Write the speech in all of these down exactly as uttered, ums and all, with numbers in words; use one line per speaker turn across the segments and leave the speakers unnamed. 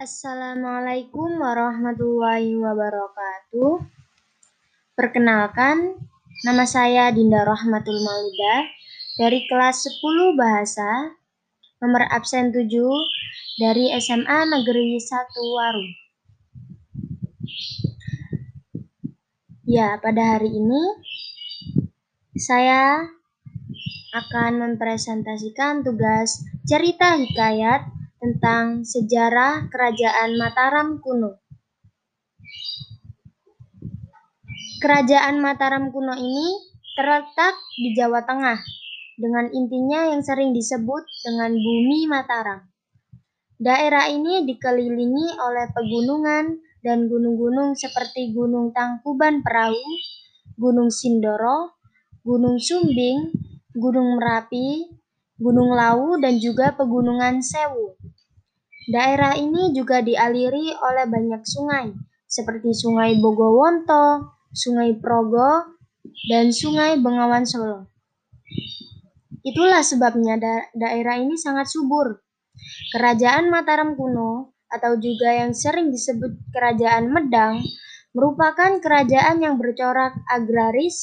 Assalamualaikum warahmatullahi wabarakatuh. Perkenalkan, nama saya Dinda Rahmatul Maulidah dari kelas sepuluh Bahasa, nomor absen tujuh dari S M A Negeri satu Waru. Ya, pada hari ini saya akan mempresentasikan tugas cerita hikayat tentang sejarah Kerajaan Mataram kuno. Kerajaan Mataram kuno ini terletak di Jawa Tengah, dengan intinya yang sering disebut dengan Bumi Mataram. Daerah ini dikelilingi oleh pegunungan dan gunung-gunung seperti Gunung Tangkuban Perahu, Gunung Sindoro, Gunung Sumbing, Gunung Merapi, Gunung Lawu, dan juga Pegunungan Sewu. Daerah ini juga dialiri oleh banyak sungai, seperti Sungai Bogowonto, Sungai Progo, dan Sungai Bengawan Solo. Itulah sebabnya da- daerah ini sangat subur. Kerajaan Mataram kuno, atau juga yang sering disebut Kerajaan Medang, merupakan kerajaan yang bercorak agraris.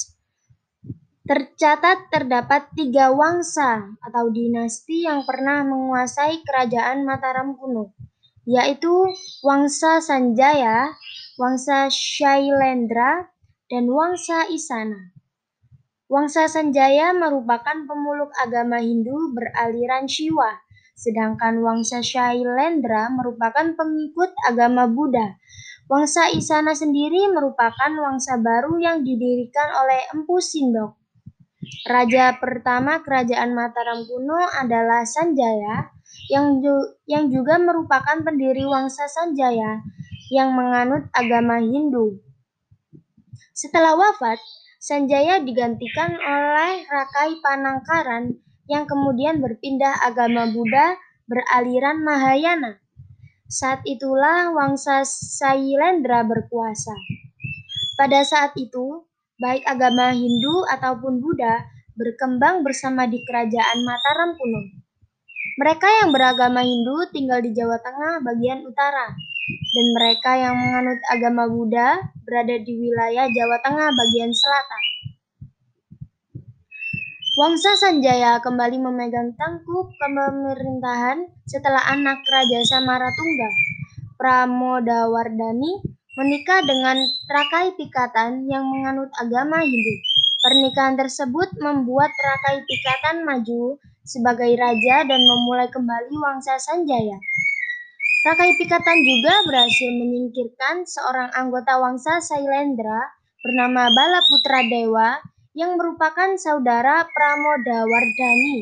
Tercatat terdapat tiga wangsa atau dinasti yang pernah menguasai Kerajaan Mataram kuno, yaitu Wangsa Sanjaya, Wangsa Shailendra, dan Wangsa Isana. Wangsa Sanjaya merupakan pemeluk agama Hindu beraliran Shiva, sedangkan Wangsa Shailendra merupakan pengikut agama Buddha. Wangsa Isana sendiri merupakan wangsa baru yang didirikan oleh Empu Sindok. Raja pertama Kerajaan Mataram kuno adalah Sanjaya, yang, ju- yang juga merupakan pendiri Wangsa Sanjaya yang menganut agama Hindu. Setelah wafat, Sanjaya digantikan oleh Rakai Panangkaran yang kemudian berpindah agama Buddha beraliran Mahayana. Saat itulah Wangsa Shailendra berkuasa. Pada saat itu, baik agama Hindu ataupun Buddha berkembang bersama di Kerajaan Mataram kuno. Mereka yang beragama Hindu tinggal di Jawa Tengah bagian utara, dan mereka yang menganut agama Buddha berada di wilayah Jawa Tengah bagian selatan. Wangsa Sanjaya kembali memegang tampuk pemerintahan setelah anak Raja Samaratungga, Pramodawardhani, menikah dengan Rakai Pikatan yang menganut agama Hindu. Pernikahan tersebut membuat Rakai Pikatan maju sebagai raja dan memulai kembali Wangsa Sanjaya. Rakai Pikatan juga berhasil menyingkirkan seorang anggota Wangsa Shailendra bernama Balaputradewa yang merupakan saudara Pramodawardhani.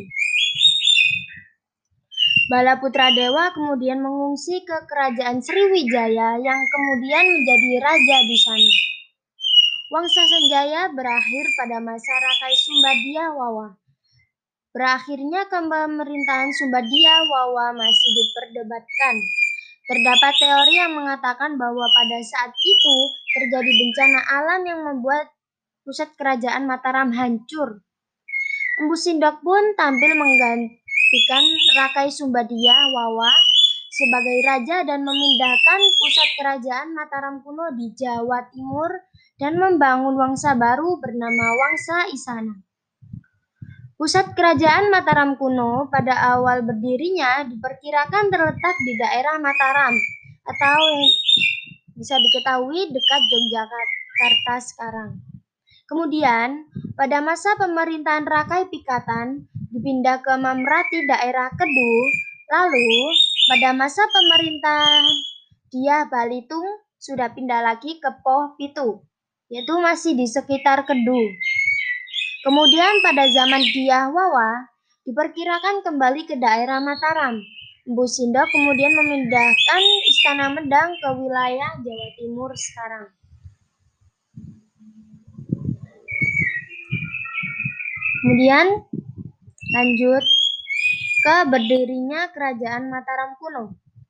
Balaputradewa kemudian mengungsi ke Kerajaan Sriwijaya yang kemudian menjadi raja di sana. Wangsa Sanjaya berakhir pada masa Rakai Sumbadia Wawa. Berakhirnya pemerintahan Sumbadia Wawa masih diperdebatkan. Terdapat teori yang mengatakan bahwa pada saat itu terjadi bencana alam yang membuat pusat kerajaan Mataram hancur. Empu Sindok pun tampil menggantikan Rakai Sumbadia Wawa sebagai raja dan memindahkan pusat kerajaan Mataram kuno di Jawa Timur dan membangun wangsa baru bernama Wangsa Isana. Pusat kerajaan Mataram kuno pada awal berdirinya diperkirakan terletak di daerah Mataram atau yang bisa diketahui dekat Yogyakarta sekarang. Kemudian, pada masa pemerintahan Rakai Pikatan dipindah ke Mamrati daerah Kedu, lalu pada masa pemerintahan Dyah Balitung sudah pindah lagi ke Poh Pitu, yaitu masih di sekitar Kedu. Kemudian pada zaman Dyah Wawa diperkirakan kembali ke daerah Mataram. Empu Sindok kemudian memindahkan Istana Medang ke wilayah Jawa Timur sekarang. Kemudian lanjut ke berdirinya Kerajaan Mataram kuno.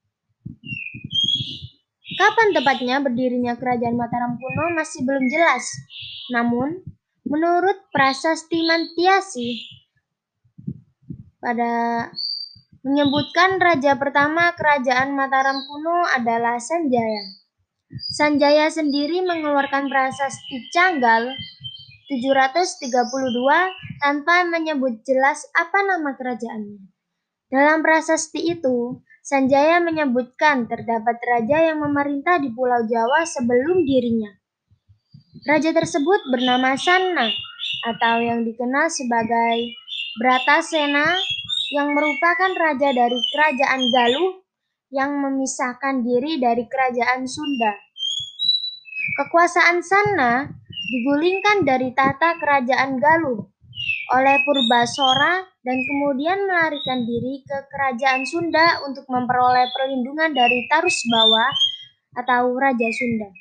Kapan tepatnya berdirinya Kerajaan Mataram kuno masih belum jelas. Namun, menurut Prasasti Mantiasi pada menyebutkan raja pertama kerajaan Mataram kuno adalah Sanjaya. Sanjaya sendiri mengeluarkan prasasti Canggal tujuh ratus tiga puluh dua tanpa menyebut jelas apa nama kerajaannya. Dalam prasasti itu, Sanjaya menyebutkan terdapat raja yang memerintah di Pulau Jawa sebelum dirinya. Raja tersebut bernama Sanna atau yang dikenal sebagai Bratasena, yang merupakan raja dari kerajaan Galuh yang memisahkan diri dari kerajaan Sunda. Kekuasaan Sanna digulingkan dari tahta kerajaan Galuh oleh Purbasora dan kemudian melarikan diri ke kerajaan Sunda untuk memperoleh perlindungan dari Tarusbawa atau Raja Sunda.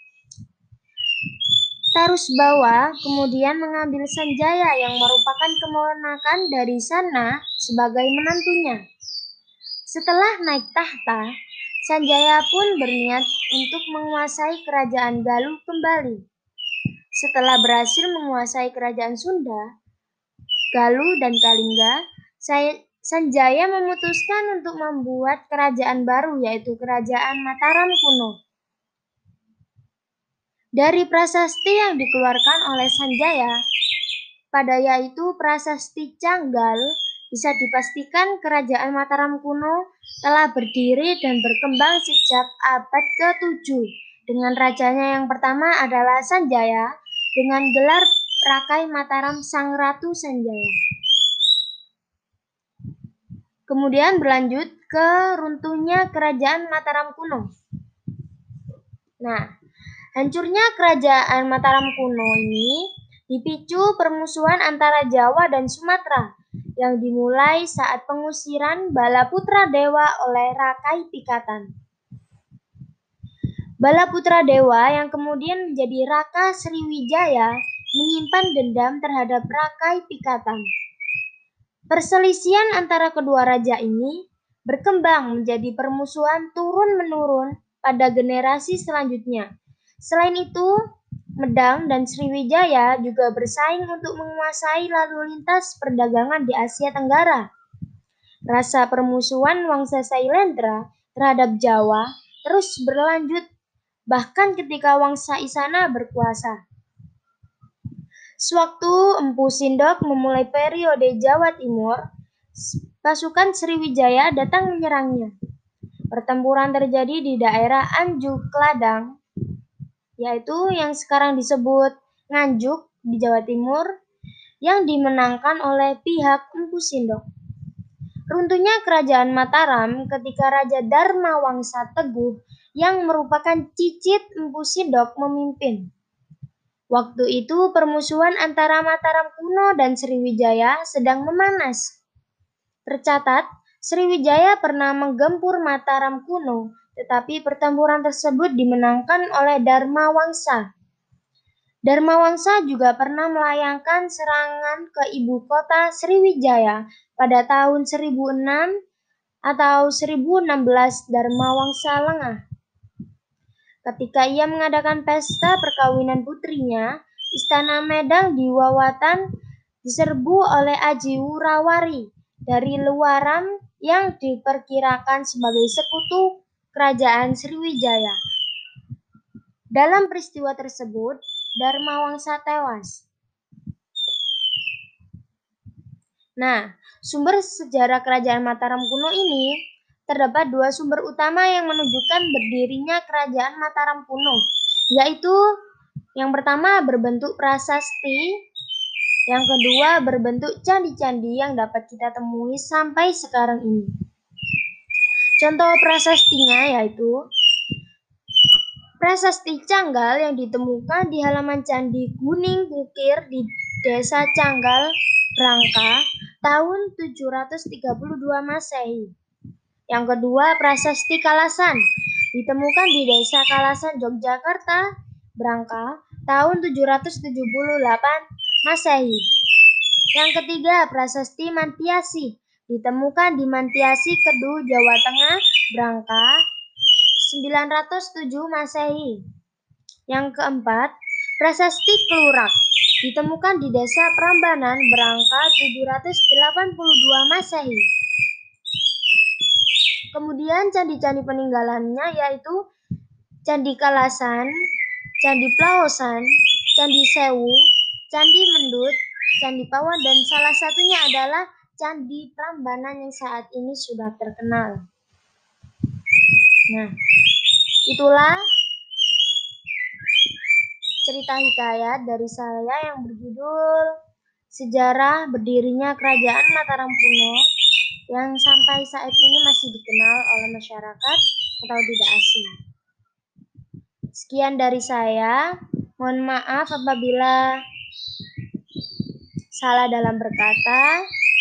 Tarusbawa kemudian mengambil Sanjaya yang merupakan keponakan dari Sanna sebagai menantunya. Setelah naik tahta, Sanjaya pun berniat untuk menguasai kerajaan Galuh kembali. Setelah berhasil menguasai kerajaan Sunda, Galuh dan Kalingga, Sanjaya memutuskan untuk membuat kerajaan baru, yaitu kerajaan Mataram kuno. Dari prasasti yang dikeluarkan oleh Sanjaya, pada yaitu prasasti Canggal, bisa dipastikan kerajaan Mataram kuno telah berdiri dan berkembang sejak abad ketujuh, dengan rajanya yang pertama adalah Sanjaya, dengan gelar Rakai Mataram Sang Ratu Sanjaya. Kemudian berlanjut ke runtuhnya kerajaan Mataram kuno. Nah, hancurnya kerajaan Mataram kuno ini dipicu permusuhan antara Jawa dan Sumatera yang dimulai saat pengusiran Balaputra Dewa oleh Rakai Pikatan. Balaputra Dewa yang kemudian menjadi Raka Sriwijaya menyimpan dendam terhadap Rakai Pikatan. Perselisihan antara kedua raja ini berkembang menjadi permusuhan turun-menurun pada generasi selanjutnya. Selain itu, Medang dan Sriwijaya juga bersaing untuk menguasai lalu lintas perdagangan di Asia Tenggara. Rasa permusuhan Wangsa Sailendra terhadap Jawa terus berlanjut bahkan ketika Wangsa Isana berkuasa. Sewaktu Empu Sindok memulai periode Jawa Timur, pasukan Sriwijaya datang menyerangnya. Pertempuran terjadi di daerah Anjuk Ladang, yaitu yang sekarang disebut Nganjuk di Jawa Timur, yang dimenangkan oleh pihak Empu Sindok. Runtuhnya kerajaan Mataram ketika Raja Dharma Wangsa Teguh yang merupakan cicit Empu Sindok memimpin. Waktu itu permusuhan antara Mataram kuno dan Sriwijaya sedang memanas. Tercatat, Sriwijaya pernah menggempur Mataram kuno, tetapi pertempuran tersebut dimenangkan oleh Dharma Wangsa. Dharma Wangsa juga pernah melayangkan serangan ke ibu kota Sriwijaya pada tahun seribu enam atau seribu enam belas Dharma Wangsa lengah. Ketika ia mengadakan pesta perkawinan putrinya, Istana Medang di Wawatan diserbu oleh Aji Wurawari dari Luaram yang diperkirakan sebagai sekutu kerajaan Sriwijaya. Dalam peristiwa tersebut, Dharma Wangsa tewas. Nah, sumber sejarah kerajaan Mataram kuno ini terdapat dua sumber utama yang menunjukkan berdirinya kerajaan Mataram kuno, yaitu yang pertama berbentuk prasasti, yang kedua berbentuk candi-candi yang dapat kita temui sampai sekarang ini. Contoh prasastinya yaitu prasasti Canggal yang ditemukan di halaman Candi Guning Bukir di Desa Canggal, Brangka, tahun tujuh ratus tiga puluh dua Masehi. Yang kedua, prasasti Kalasan, ditemukan di Desa Kalasan, Yogyakarta, Brangka, tahun tujuh ratus tujuh puluh delapan Masehi. Yang ketiga, prasasti Mantiasi, ditemukan di Mantiasi, Kedu, Jawa Tengah, Brangka, sembilan ratus tujuh Masehi. Yang keempat, prasasti Klurak, ditemukan di Desa Prambanan, Brangka, tujuh ratus delapan puluh dua Masehi. Kemudian candi-candi peninggalannya yaitu Candi Kalasan, Candi Plaosan, Candi Sewu, Candi Mendut, Candi Pawon, dan salah satunya adalah Candi Prambanan yang saat ini sudah terkenal. Nah, itulah cerita hikayat dari saya yang berjudul Sejarah Berdirinya Kerajaan Mataram Kuno yang sampai saat ini masih dikenal oleh masyarakat atau tidak asing. Sekian dari saya. Mohon maaf apabila salah dalam berkata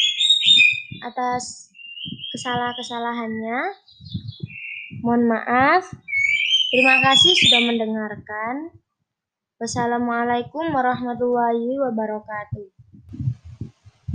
atas kesalahan-kesalahannya. Mohon maaf. Terima kasih sudah mendengarkan. Wassalamualaikum warahmatullahi wabarakatuh.